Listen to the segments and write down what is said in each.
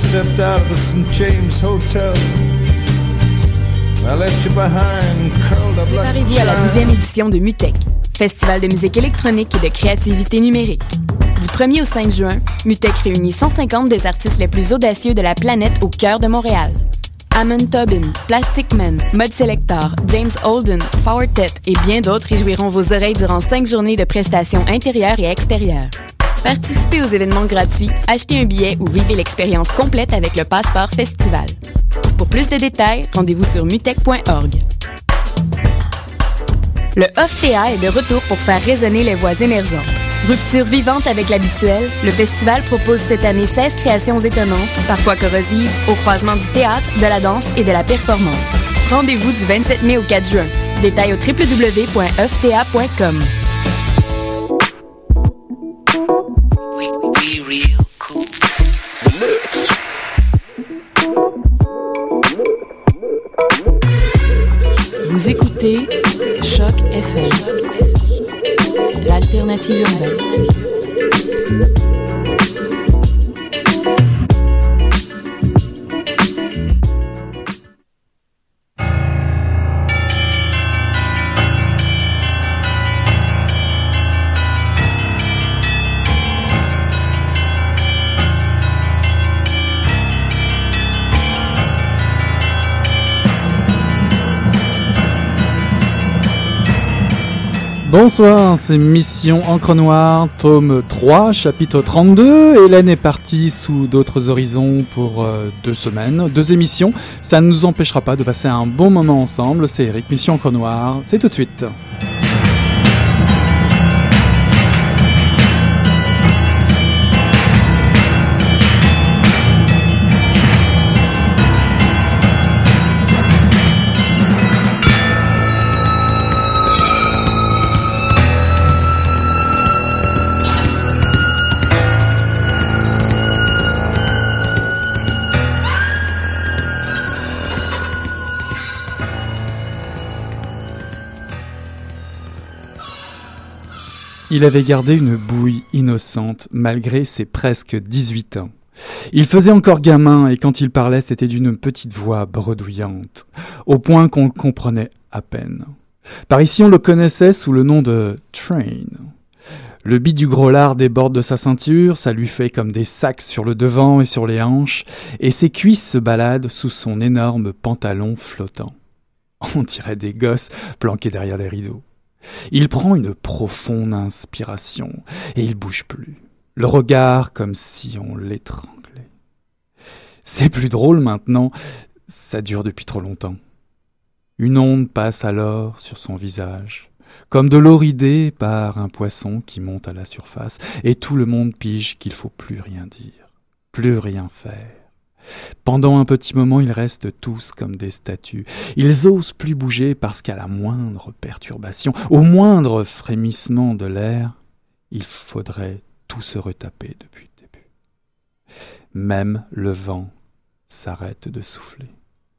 stepped out of the St. James Hotel. I left you behind, curled up like a Préparez-vous à la 12e édition de MUTEC, Festival de musique électronique et de créativité numérique. Du 1er au 5 juin, MUTEC réunit 150 des artistes les plus audacieux de la planète au cœur de Montréal. Amon Tobin, Plastic Man, Mud Selector, James Holden, Fortet et bien d'autres réjouiront vos oreilles durant 5 journées de prestations intérieures et extérieures. Participez aux événements gratuits, achetez un billet ou vivez l'expérience complète avec le Passeport Festival. Pour plus de détails, rendez-vous sur mutec.org. Le OFTEA est de retour pour faire résonner les voix émergentes. Rupture vivante avec l'habituel, le festival propose cette année 16 créations étonnantes, parfois corrosives, au croisement du théâtre, de la danse et de la performance. Rendez-vous du 27 mai au 4 juin. Détails au www.oftea.com. Vous écoutez Choc FM, l'alternative urbaine. Bonsoir, c'est Mission Encre Noire, tome 3, chapitre 32. Hélène est partie sous d'autres horizons pour 2 semaines, 2 émissions. Ça ne nous empêchera pas de passer un bon moment ensemble. C'est Eric, Mission Encre Noire, c'est tout de suite. Il avait gardé une bouille innocente malgré ses presque 18 ans. Il faisait encore gamin et quand il parlait, c'était d'une petite voix bredouillante, au point qu'on le comprenait à peine. Par ici, on le connaissait sous le nom de Train. Le bit du gros lard déborde de sa ceinture, ça lui fait comme des sacs sur le devant et sur les hanches, et ses cuisses se baladent sous son énorme pantalon flottant. On dirait des gosses planqués derrière des rideaux. Il prend une profonde inspiration et il bouge plus, le regard comme si on l'étranglait. C'est plus drôle maintenant, ça dure depuis trop longtemps. Une onde passe alors sur son visage, comme de l'eau ridée par un poisson qui monte à la surface, et tout le monde pige qu'il faut plus rien dire, plus rien faire. Pendant un petit moment, ils restent tous comme des statues. Ils osent plus bouger parce qu'à la moindre perturbation, au moindre frémissement de l'air, il faudrait tout se retaper depuis le début. Même le vent s'arrête de souffler.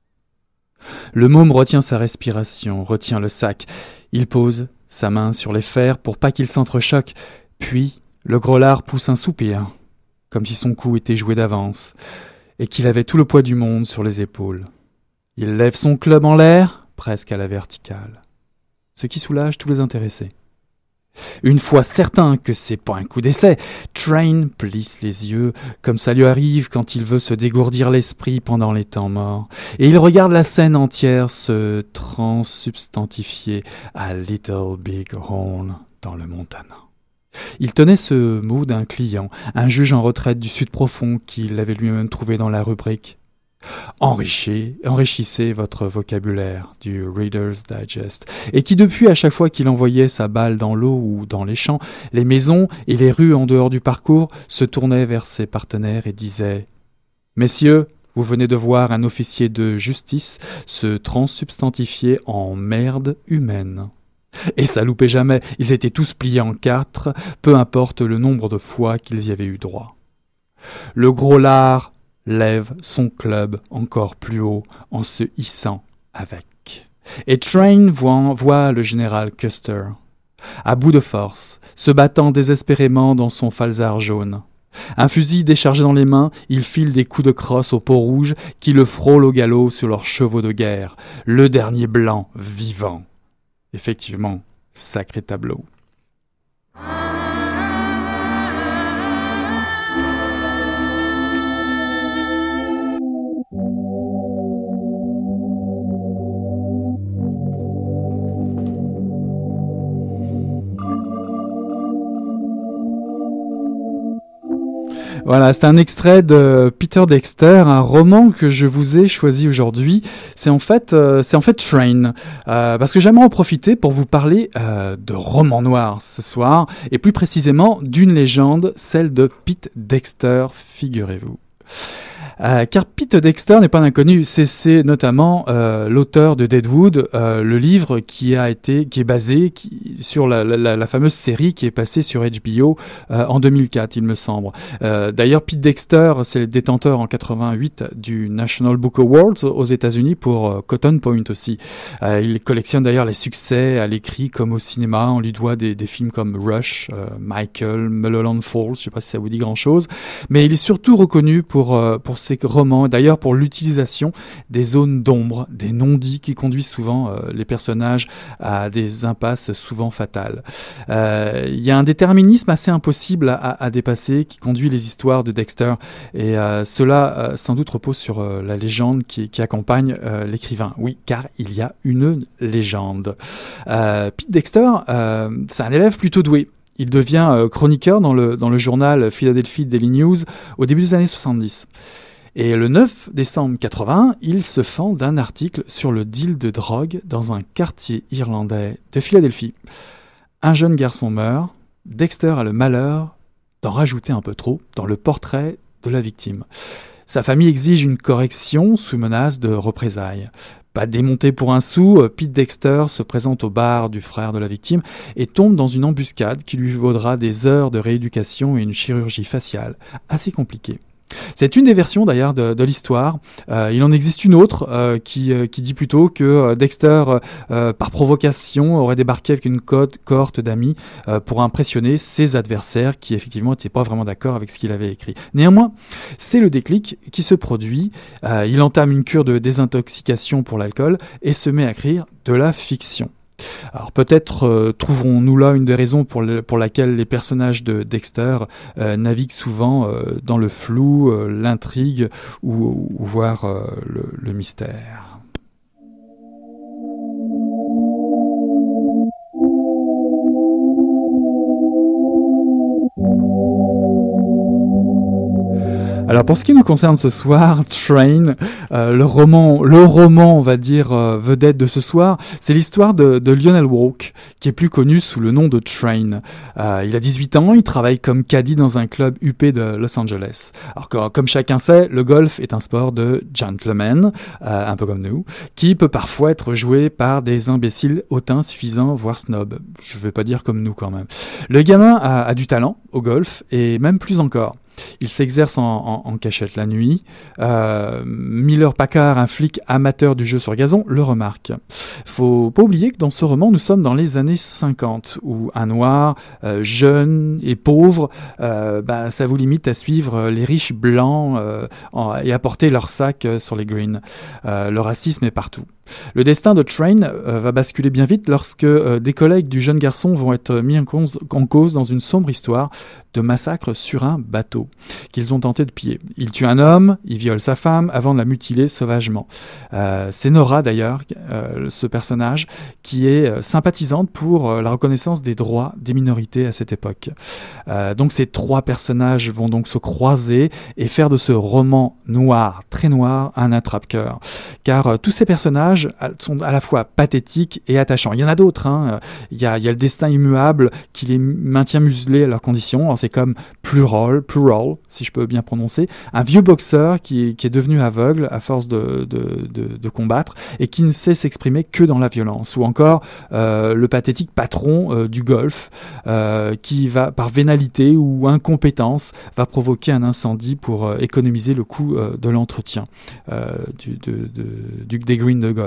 Le môme retient sa respiration, retient le sac. Il pose sa main sur les fers pour pas qu'il s'entrechoque. Puis, le gros lard pousse un soupir, comme si son cou était joué d'avance, et qu'il avait tout le poids du monde sur les épaules. Il lève son club en l'air, presque à la verticale, ce qui soulage tous les intéressés. Une fois certain que c'est pas un coup d'essai, Train plisse les yeux, comme ça lui arrive quand il veut se dégourdir l'esprit pendant les temps morts, et il regarde la scène entière se transsubstantifier à Little Big Horn dans le Montana. Il tenait ce mot d'un client, un juge en retraite du Sud profond qu'il avait lui-même trouvé dans la rubrique « Enrichissez votre vocabulaire » du Reader's Digest, et qui depuis, à chaque fois qu'il envoyait sa balle dans l'eau ou dans les champs, les maisons et les rues en dehors du parcours, se tournait vers ses partenaires et disait « Messieurs, vous venez de voir un officier de justice se transsubstantifier en merde humaine. » Et ça loupait jamais, ils étaient tous pliés en 4, peu importe le nombre de fois qu'ils y avaient eu droit. Le gros lard lève son club encore plus haut en se hissant avec. Et Train voit le général Custer, à bout de force, se battant désespérément dans son falzar jaune. Un fusil déchargé dans les mains, il file des coups de crosse aux peaux rouges qui le frôlent au galop sur leurs chevaux de guerre. Le dernier blanc vivant. Effectivement, sacré tableau. Voilà, c'est un extrait de Peter Dexter, un roman que je vous ai choisi aujourd'hui. C'est en fait Train, parce que j'aimerais en profiter pour vous parler de roman noir ce soir, et plus précisément d'une légende, celle de Pete Dexter, figurez-vous. Car Pete Dexter n'est pas un inconnu, c'est notamment l'auteur de Deadwood, le livre qui est basé sur la fameuse série qui est passée sur HBO en 2004, il me semble. D'ailleurs, Pete Dexter, c'est le détenteur en 88 du National Book Awards aux États-Unis pour Cotton Point aussi. Il collectionne d'ailleurs les succès à l'écrit comme au cinéma. On lui doit des films comme Rush, Michael, Mulholland Falls, je sais pas si ça vous dit grand-chose, mais il est surtout reconnu pour ses romans, d'ailleurs pour l'utilisation des zones d'ombre, des non-dits qui conduisent souvent les personnages à des impasses souvent fatales. Il y a un déterminisme assez impossible à dépasser qui conduit les histoires de Dexter, et cela sans doute repose sur la légende qui accompagne l'écrivain. Oui, car il y a une légende. Pete Dexter, c'est un élève plutôt doué. Il devient chroniqueur dans le journal Philadelphia Daily News au début des années 70. Et le 9 décembre 81, il se fend d'un article sur le deal de drogue dans un quartier irlandais de Philadelphie. Un jeune garçon meurt, Dexter a le malheur d'en rajouter un peu trop dans le portrait de la victime. Sa famille exige une correction sous menace de représailles. Pas démonté pour un sou, Pete Dexter se présente au bar du frère de la victime et tombe dans une embuscade qui lui vaudra des heures de rééducation et une chirurgie faciale assez compliquée. C'est une des versions d'ailleurs de l'histoire. Il en existe une autre qui dit plutôt que Dexter, par provocation, aurait débarqué avec une cohorte d'amis pour impressionner ses adversaires qui effectivement n'étaient pas vraiment d'accord avec ce qu'il avait écrit. Néanmoins, c'est le déclic qui se produit. Il entame une cure de désintoxication pour l'alcool et se met à écrire de la fiction. Alors peut-être trouvons-nous là une des raisons pour laquelle les personnages de Dexter naviguent souvent dans le flou, l'intrigue ou voire le mystère. Alors pour ce qui nous concerne ce soir, Train, le roman, on va dire, vedette de ce soir, c'est l'histoire de Lionel Walk, qui est plus connu sous le nom de Train. Il a 18 ans, il travaille comme caddie dans un club huppé de Los Angeles. Alors comme chacun sait, le golf est un sport de gentlemen, un peu comme nous, qui peut parfois être joué par des imbéciles hautains suffisants, voire snobs. Je vais pas dire comme nous quand même. Le gamin a du talent au golf, et même plus encore. Il s'exerce en cachette la nuit. Miller Packard, un flic amateur du jeu sur gazon, le remarque. Faut pas oublier que dans ce roman, nous sommes dans les années 50, où un noir, jeune et pauvre, ça vous limite à suivre les riches blancs et à porter leur sac sur les greens. Le racisme est partout. Le destin de Train va basculer bien vite lorsque des collègues du jeune garçon vont être mis en cause dans une sombre histoire de massacre sur un bateau qu'ils ont tenté de piller. Il tue un homme, il viole sa femme avant de la mutiler sauvagement. C'est Nora d'ailleurs, ce personnage, qui est sympathisante pour la reconnaissance des droits des minorités à cette époque. Donc ces trois personnages vont donc se croiser et faire de ce roman noir, très noir, un attrape-cœur. Car tous ces personnages sont à la fois pathétiques et attachants. Il y en a d'autres. Il y a le destin immuable qui les maintient muselés à leurs conditions. Alors c'est comme Plural, si je peux bien prononcer, un vieux boxeur qui est devenu aveugle à force de combattre et qui ne sait s'exprimer que dans la violence. Ou encore le pathétique patron du golf qui va, par vénalité ou incompétence, va provoquer un incendie pour économiser le coût de l'entretien des greens de golf.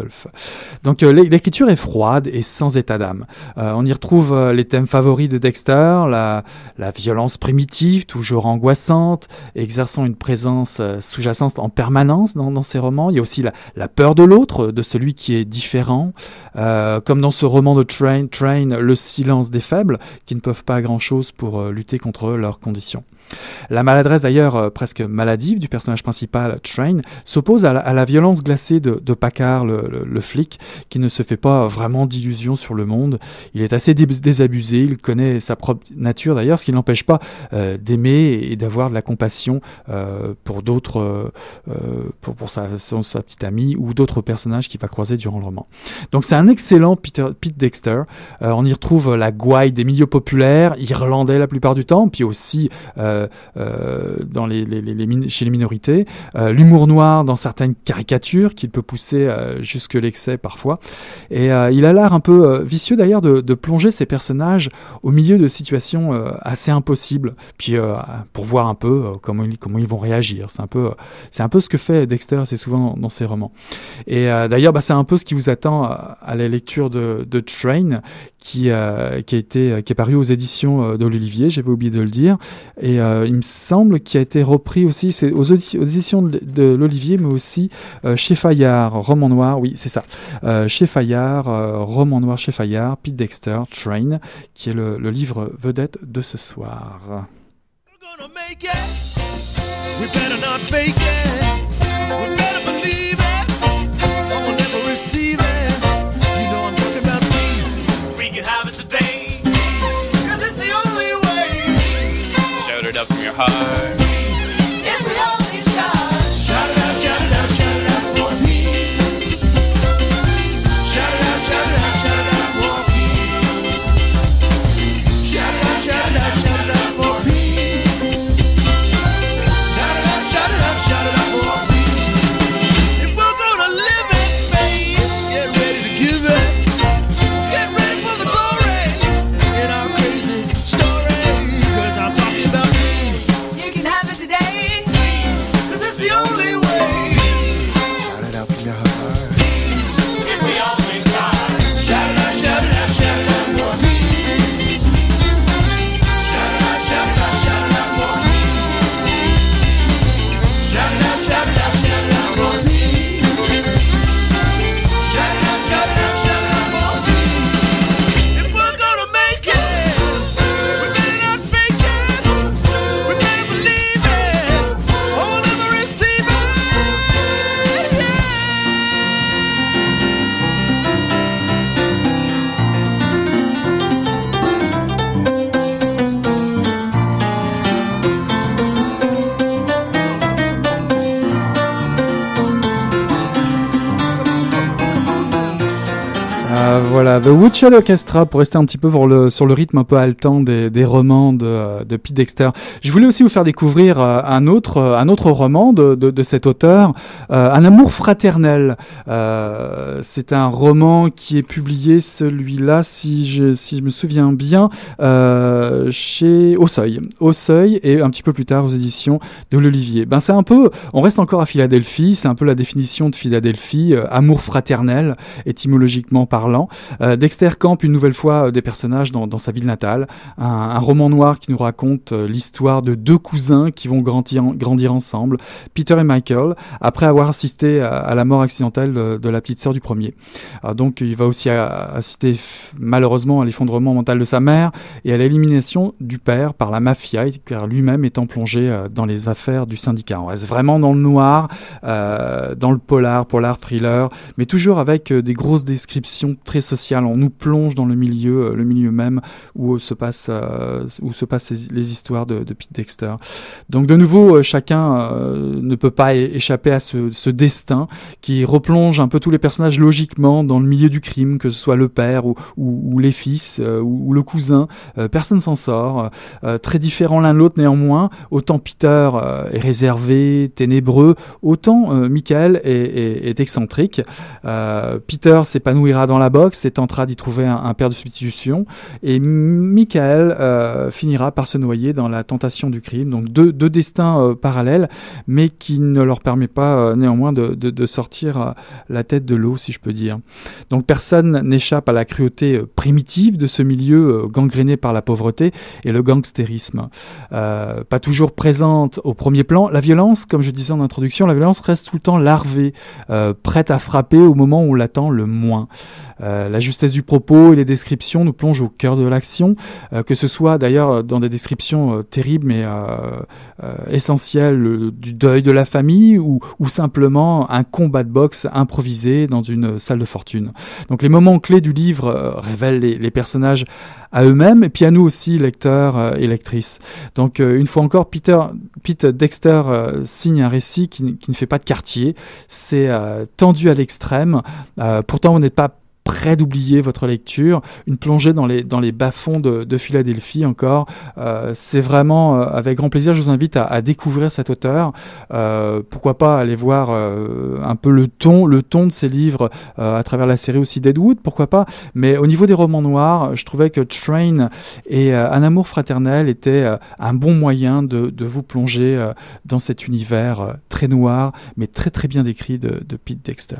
Wolf. Donc l'écriture est froide et sans état d'âme. On y retrouve les thèmes favoris de Dexter, la violence primitive, toujours angoissante, exerçant une présence sous-jacente en permanence dans ses romans. Il y a aussi la peur de l'autre, de celui qui est différent, comme dans ce roman de Train, le silence des faibles, qui ne peuvent pas grand-chose pour lutter contre leurs conditions. La maladresse d'ailleurs presque maladive du personnage principal, Train, s'oppose à la violence glacée de Packard, le flic, qui ne se fait pas vraiment d'illusions sur le monde. Il est assez désabusé, il connaît sa propre nature d'ailleurs, ce qui ne l'empêche pas d'aimer et d'avoir de la compassion pour d'autres, pour sa petite amie ou d'autres personnages qu'il va croiser durant le roman. Donc c'est un excellent Pete Dexter. On y retrouve la gouaille des milieux populaires, irlandais la plupart du temps, puis aussi dans chez les minorités, l'humour noir dans certaines caricatures qu'il peut pousser jusque l'excès parfois, et il a l'air un peu vicieux d'ailleurs de plonger ses personnages au milieu de situations assez impossibles, puis pour voir un peu comment ils vont réagir. C'est un peu ce que fait Dexter assez souvent dans ses romans, et d'ailleurs c'est un peu ce qui vous attend à la lecture de Train, qui est paru aux éditions de l'Olivier, j'avais oublié de le dire, et il me semble qu'il a été repris aussi, c'est aux éditions de l'Olivier, mais aussi chez Fayard, roman noir, oui c'est ça, chez Fayard, roman noir chez Fayard, Pete Dexter, Train, qui est le livre vedette de ce soir. From your heart. If we only start, shout it out, shout it out, shout it out for peace. Shout it out, shout it out, shout it out for peace. Shout it out, shout it out, shout it out for peace. Shout it out, shout it out, shout it out for peace. If we're gonna live it, babe, get ready to give it. Get ready for the glory in our crazy story, 'cause I'm talking about Voilà, The Woodshed Orchestra, pour rester un petit peu sur le rythme un peu haletant des romans de Pete Dexter. Je voulais aussi vous faire découvrir un autre roman de cet auteur, Un amour fraternel. C'est un roman qui est publié, celui-là, si je me souviens bien, chez Au Seuil, et un petit peu plus tard aux éditions de l'Olivier. C'est un peu, on reste encore à Philadelphie, c'est un peu la définition de Philadelphie, amour fraternel, étymologiquement parlant. Dexter campe une nouvelle fois des personnages dans sa ville natale, un roman noir qui nous raconte l'histoire de deux cousins qui vont grandir ensemble, Peter et Michael, après avoir assisté à la mort accidentelle de la petite sœur du premier. Donc il va aussi assister malheureusement à l'effondrement mental de sa mère et à l'élimination du père par la mafia, car lui-même étant plongé dans les affaires du syndicat. On reste vraiment dans le noir, dans le polar thriller, mais toujours avec des grosses descriptions très sociales. On nous plonge dans le milieu même où se passent les histoires de Pete Dexter. Donc de nouveau, chacun ne peut pas échapper à ce destin qui replonge un peu tous les personnages logiquement dans le milieu du crime, que ce soit le père ou les fils ou le cousin. Personne s'en sort. Très différents l'un de l'autre néanmoins. Autant Peter est réservé, ténébreux, autant Michael est excentrique. Peter s'épanouira dans la boxe, étant tentera d'y trouver un père de substitution. Et Michael finira par se noyer dans la tentation du crime. Donc deux destins parallèles, mais qui ne leur permet pas néanmoins de sortir la tête de l'eau, si je peux dire. Donc personne n'échappe à la cruauté primitive de ce milieu gangréné par la pauvreté et le gangstérisme. Pas toujours présente au premier plan, la violence, comme je disais en introduction, la violence reste tout le temps larvée, prête à frapper au moment où on l'attend le moins. La justesse du propos et les descriptions nous plongent au cœur de l'action, que ce soit d'ailleurs dans des descriptions terribles mais essentielles du deuil de la famille ou simplement un combat de boxe improvisé dans une salle de fortune. Donc les moments clés du livre révèlent les personnages à eux-mêmes et puis à nous aussi, lecteurs et lectrices. Donc une fois encore, Pete Dexter signe un récit qui ne fait pas de quartier. C'est tendu à l'extrême. Pourtant, on n'est pas près d'oublier votre lecture, une plongée dans les bas-fonds de Philadelphie encore. C'est vraiment avec grand plaisir, je vous invite à découvrir cet auteur. Pourquoi pas aller voir un peu le ton de ces livres à travers la série aussi Deadwood, pourquoi pas. Mais au niveau des romans noirs, je trouvais que Train et Un amour fraternel étaient un bon moyen de vous plonger dans cet univers très noir, mais très très bien décrit de Pete Dexter.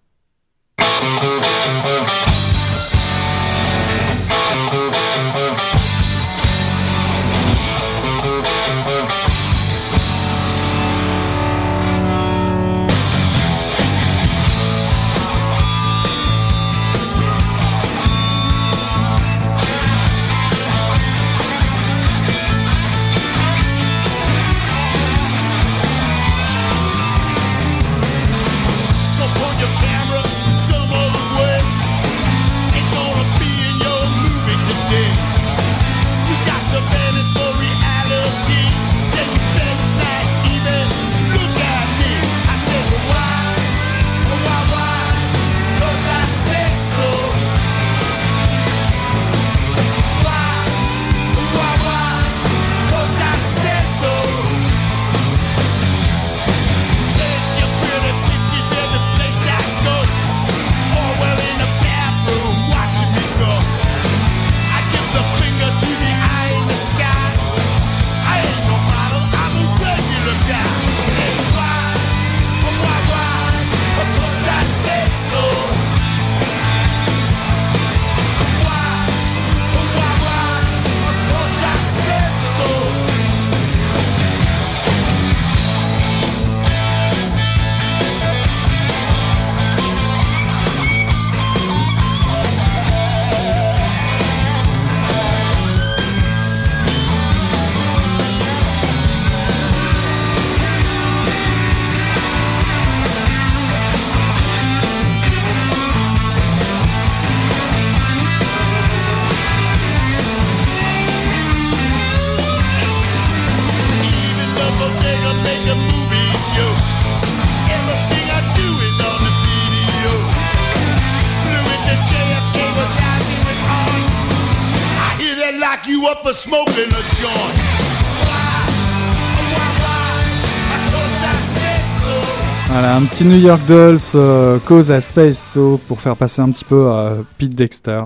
Voilà, un petit New York Dolls, Cause I Say So, pour faire passer un petit peu à Pete Dexter.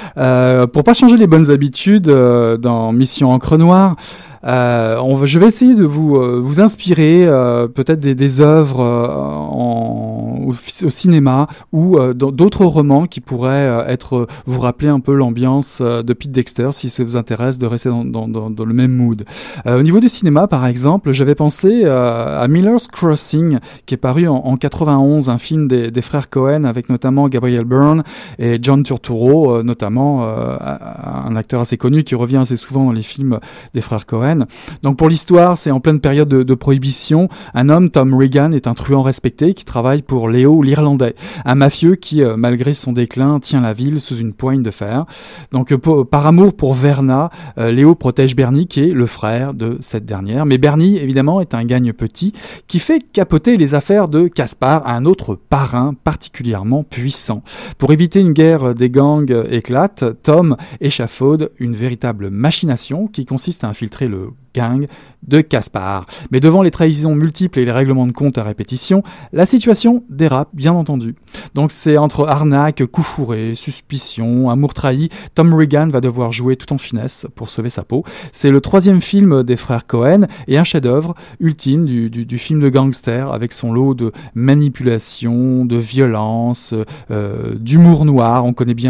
Pour pas changer les bonnes habitudes dans Mission Encre Noire, je vais essayer de vous inspirer peut-être des œuvres au cinéma ou dans d'autres romans qui pourraient vous rappeler un peu l'ambiance de Pete Dexter, si ça vous intéresse de rester dans le même mood. Au niveau du cinéma, par exemple, j'avais pensé à Miller's Crossing, qui est paru en 91, un film des frères Coen avec notamment Gabriel Byrne et John Turturro, notamment un acteur assez connu qui revient assez souvent dans les films des frères Coen. Donc pour l'histoire, c'est en pleine période de prohibition. Un homme, Tom Regan, est un truand respecté qui travaille pour Léo l'Irlandais, un mafieux qui, malgré son déclin, tient la ville sous une poigne de fer. Donc par amour pour Verna, Léo protège Bernie, qui est le frère de cette dernière. Mais Bernie, évidemment, est un gagne-petit qui fait capoter les affaires de Caspar, un autre parrain particulièrement puissant. Pour éviter une guerre des gangs éclate, Tom échafaude une véritable machination qui consiste à infiltrer le gang de Caspar. Mais devant les trahisons multiples et les règlements de compte à répétition, la situation dérape, bien entendu. Donc c'est entre arnaque, coup fourré, suspicion, amour trahi, Tom Regan va devoir jouer tout en finesse pour sauver sa peau. C'est le 3e film des frères Cohen et un chef-d'œuvre ultime du film de gangster avec son lot de manipulation, de violence, d'humour noir. On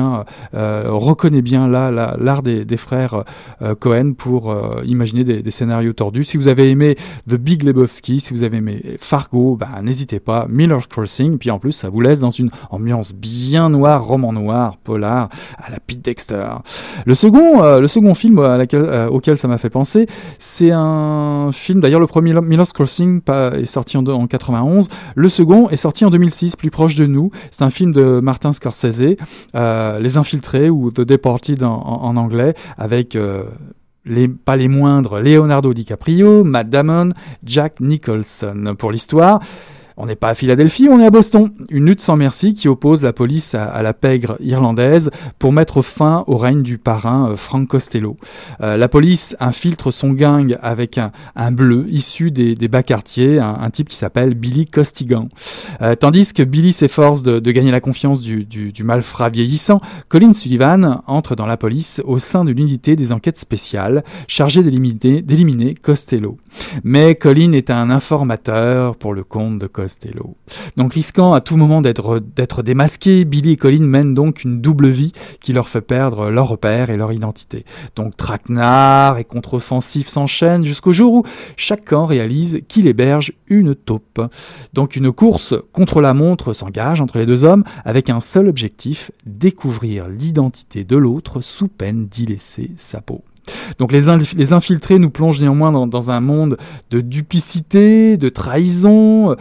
reconnaît bien là l'art des frères Cohen pour imaginer des scénarios tordus. Si vous avez aimé The Big Lebowski, si vous avez aimé Fargo, n'hésitez pas, Miller's Crossing, puis en plus ça vous laisse dans une ambiance bien noire, roman noir, polar, à la Pete Dexter. Le second film auquel ça m'a fait penser, c'est un film, d'ailleurs le premier Miller's Crossing est sorti en 91, le second est sorti en 2006, plus proche de nous. C'est un film de Martin Scorsese, Les Infiltrés ou The Deported en anglais, avec pas les moindres, Leonardo DiCaprio, Matt Damon, Jack Nicholson. Pour l'histoire, on n'est pas à Philadelphie, on est à Boston. Une lutte sans merci qui oppose la police à la pègre irlandaise pour mettre fin au règne du parrain Frank Costello. La police infiltre son gang avec un bleu issu des bas quartiers, un type qui s'appelle Billy Costigan. Tandis que Billy s'efforce de gagner la confiance du malfrat vieillissant, Colin Sullivan entre dans la police au sein de l'unité des enquêtes spéciales chargée d'éliminer Costello. Mais Colin est un informateur pour le compte de Costello. Donc risquant à tout moment d'être démasqués, Billy et Colin mènent donc une double vie qui leur fait perdre leur repère et leur identité. Donc traquenard et contre-offensif s'enchaînent jusqu'au jour où chaque camp réalise qu'il héberge une taupe. Donc une course contre la montre s'engage entre les deux hommes avec un seul objectif, découvrir l'identité de l'autre sous peine d'y laisser sa peau. Donc les infiltrés nous plongent néanmoins dans un monde de duplicité, de trahison,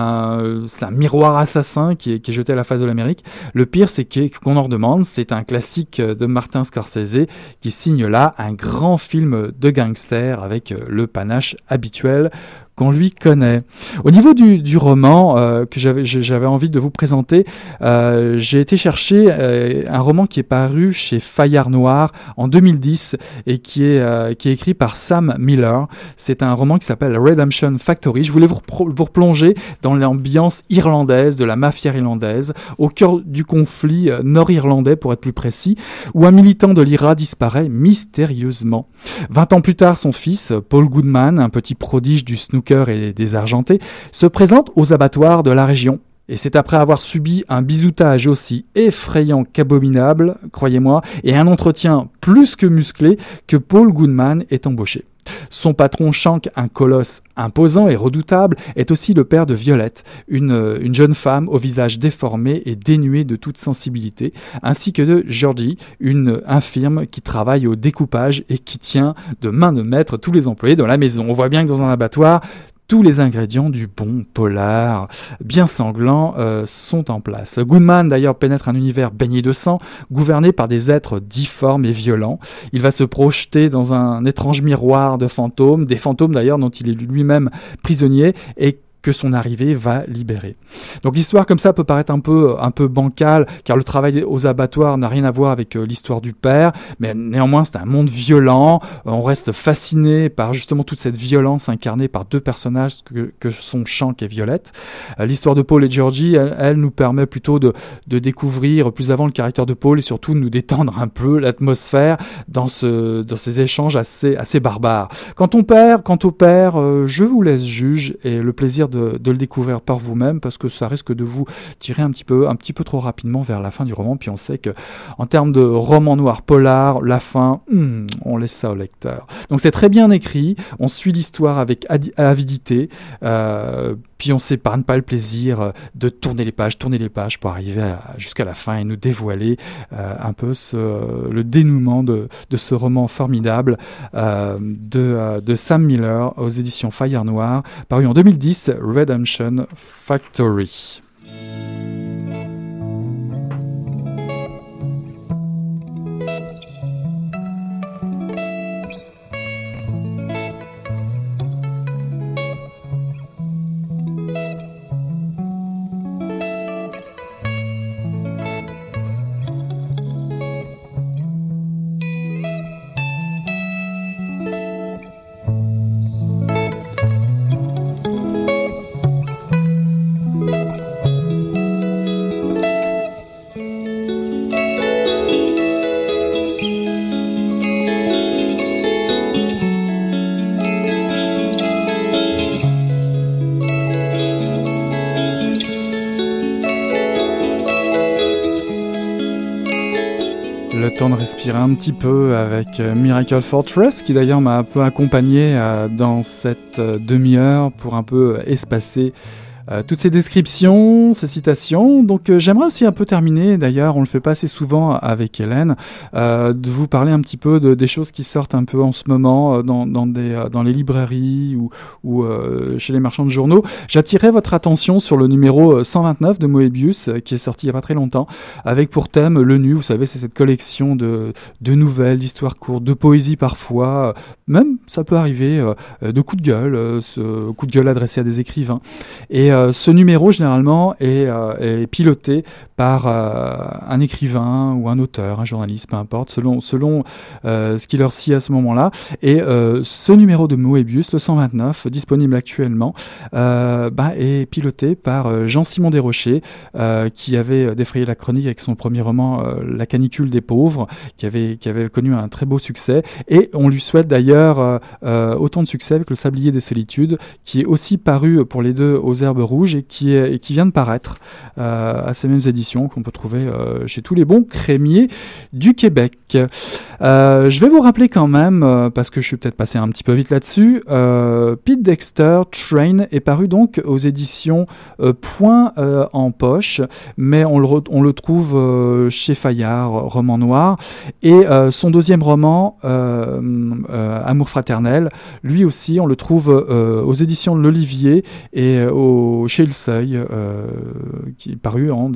c'est un miroir assassin qui est jeté à la face de l'Amérique. Le pire, c'est qu'on en redemande, c'est un classique de Martin Scorsese qui signe là un grand film de gangster avec le panache habituel qu'on lui connaît. Au niveau du roman que j'avais envie de vous présenter, j'ai été chercher un roman qui est paru chez Fayard Noir en 2010 et qui est écrit par Sam Miller. C'est un roman qui s'appelle Redemption Factory. Je voulais vous replonger dans l'ambiance irlandaise, de la mafia irlandaise, au cœur du conflit nord-irlandais pour être plus précis, où un militant de l'IRA disparaît mystérieusement. 20 ans plus tard, son fils, Paul Goodman, un petit prodige du snooker et des argentés, se présente aux abattoirs de la région. Et c'est après avoir subi un bisoutage aussi effrayant qu'abominable, croyez-moi, et un entretien plus que musclé que Paul Goodman est embauché. Son patron Shank, un colosse imposant et redoutable, est aussi le père de Violette, une jeune femme au visage déformé et dénuée de toute sensibilité, ainsi que de Georgie, une infirme qui travaille au découpage et qui tient de main de maître tous les employés de la maison. On voit bien que dans un abattoir, tous les ingrédients du bon polar bien sanglant sont en place. Goodman d'ailleurs pénètre un univers baigné de sang, gouverné par des êtres difformes et violents. Il va se projeter dans un étrange miroir de fantômes, des fantômes d'ailleurs dont il est lui-même prisonnier et que son arrivée va libérer. Donc l'histoire comme ça peut paraître un peu bancale, car le travail aux abattoirs n'a rien à voir avec l'histoire du père, mais néanmoins c'est un monde violent, on reste fasciné par justement toute cette violence incarnée par deux personnages que sont Shank et Violette. L'histoire de Paul et Georgie, elle nous permet plutôt de découvrir plus avant le caractère de Paul et surtout de nous détendre un peu l'atmosphère dans ces échanges assez barbares. Quant au père, je vous laisse juge et le plaisir de le découvrir par vous-même, parce que ça risque de vous tirer un petit peu trop rapidement vers la fin du roman. Puis on sait que en termes de roman noir polar, la fin, on laisse ça au lecteur. Donc c'est très bien écrit, on suit l'histoire avec avidité, puis on s'épargne pas le plaisir de tourner les pages pour arriver jusqu'à la fin et nous dévoiler un peu le dénouement de ce roman formidable de Sam Miller aux éditions Fayard Noir, paru en 2010, Redemption Factory. temps de respirer un petit peu avec Miracle Fortress, qui d'ailleurs m'a un peu accompagné dans cette demi-heure pour un peu espacer toutes ces descriptions, ces citations. Donc j'aimerais aussi un peu terminer, d'ailleurs on le fait pas assez souvent avec Hélène, de vous parler un petit peu des choses qui sortent un peu en ce moment dans les librairies ou chez les marchands de journaux. J'attirais votre attention sur le numéro 129 de Moebius, qui est sorti il y a pas très longtemps, avec pour thème le nu. Vous savez, c'est cette collection de nouvelles, d'histoires courtes, de poésie parfois, même ça peut arriver, de coups de gueule, coups de gueule adressés à des écrivains. Et ce numéro, généralement, est piloté par un écrivain ou un auteur, un journaliste, peu importe, selon ce qui leur scie à ce moment-là. Et ce numéro de Moebius, le 129, disponible actuellement, est piloté par Jean-Simon Desrochers, qui avait défrayé la chronique avec son premier roman La canicule des pauvres, qui avait connu un très beau succès. Et on lui souhaite d'ailleurs autant de succès avec Le Sablier des Solitudes, qui est aussi paru pour les deux aux Herbes Rouges et qui vient de paraître à ces mêmes éditions qu'on peut trouver chez tous les bons crémiers du Québec. Je vais vous rappeler quand même, parce que je suis peut-être passé un petit peu vite là-dessus, Pete Dexter, Train, est paru donc aux éditions Point en poche, mais on le trouve chez Fayard, roman noir, et son deuxième roman, Amour fraternel, lui aussi on le trouve aux éditions de l'Olivier et chez Le Seuil, qui est paru en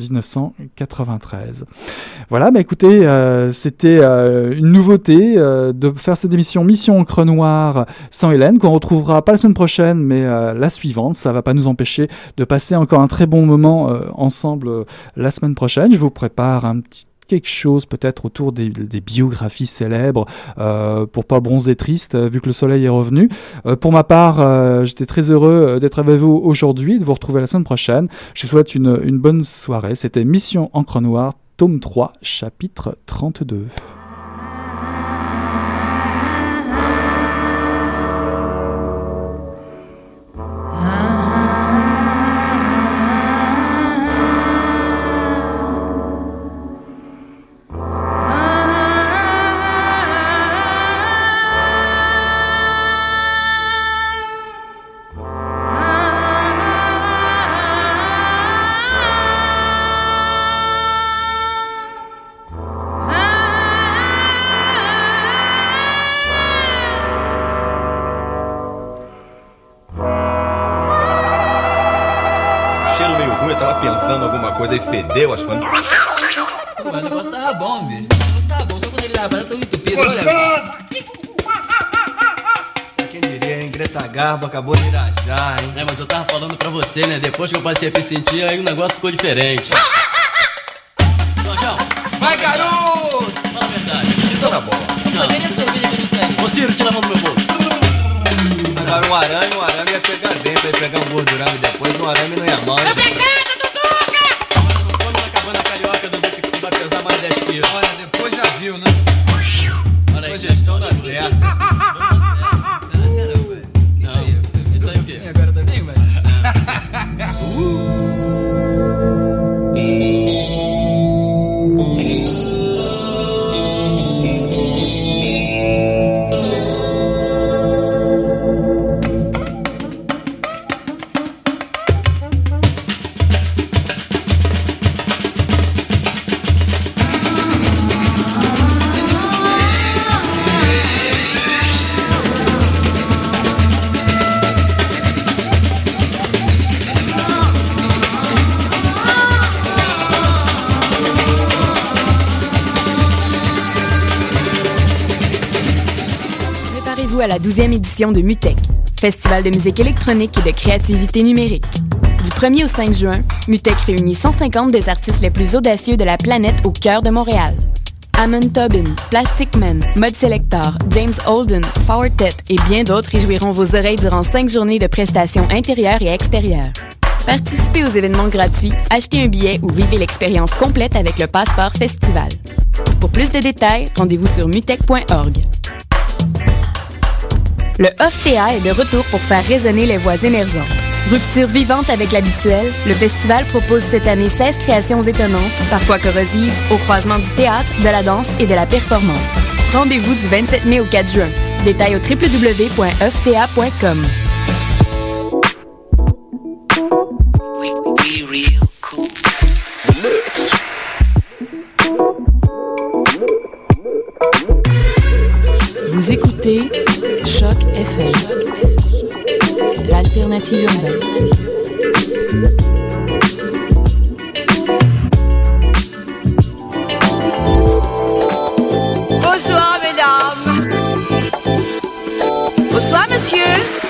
1993. Voilà, écoutez, c'était une nouveauté de faire cette émission Mission Encre Noire sans Hélène, qu'on retrouvera pas la semaine prochaine, mais la suivante. Ça va pas nous empêcher de passer encore un très bon moment ensemble la semaine prochaine. Je vous prépare un petit quelque chose peut-être autour des biographies célèbres pour pas bronzer triste vu que le soleil est revenu. Pour ma part, j'étais très heureux d'être avec vous aujourd'hui et de vous retrouver la semaine prochaine. Je vous souhaite une bonne soirée. C'était Mission Encre Noire, tome 3, chapitre 32. Coisa e fedeu as coisas. Pô, mas o negócio tava bom, bicho. O negócio tava bom, só quando ele tava tão entupido. Gostoso! Quem diria, hein? Greta Garbo acabou de irajar, hein? É, mas eu tava falando pra você, né? Depois que eu passei a me sentir, aí o negócio ficou diferente. Jorjão! Vai, garoto! Fala a verdade. Isso tá bom. Não. Cadê a cerveja que eu não sei? Ô, Ciro, tira a mão do meu bolso. Agora um arame ia pegar dentro, ia pegar um gordurame depois, um arame não ia mal. Olha, depois já viu, né? Olha aí, gestão dá certo. Não, isso não, velho. Não, isso aí o quê? E agora também, velho? À la 12e édition de MUTEC, Festival de musique électronique et de créativité numérique. Du 1er au 5 juin, MUTEC réunit 150 des artistes les plus audacieux de la planète au cœur de Montréal. Amon Tobin, Plastic Man, Mud Selector, James Holden, Fortet et bien d'autres réjouiront vos oreilles durant 5 journées de prestations intérieures et extérieures. Participez aux événements gratuits, achetez un billet ou vivez l'expérience complète avec le Passeport Festival. Pour plus de détails, rendez-vous sur mutec.org. Le OFTA est de retour pour faire résonner les voix émergentes. Rupture vivante avec l'habituel, le festival propose cette année 16 créations étonnantes, parfois corrosives, au croisement du théâtre, de la danse et de la performance. Rendez-vous du 27 mai au 4 juin. Détails au www.fta.com. Vous écoutez Choc FM, l'alternative urbaine. Bonsoir, mesdames. Bonsoir, monsieur.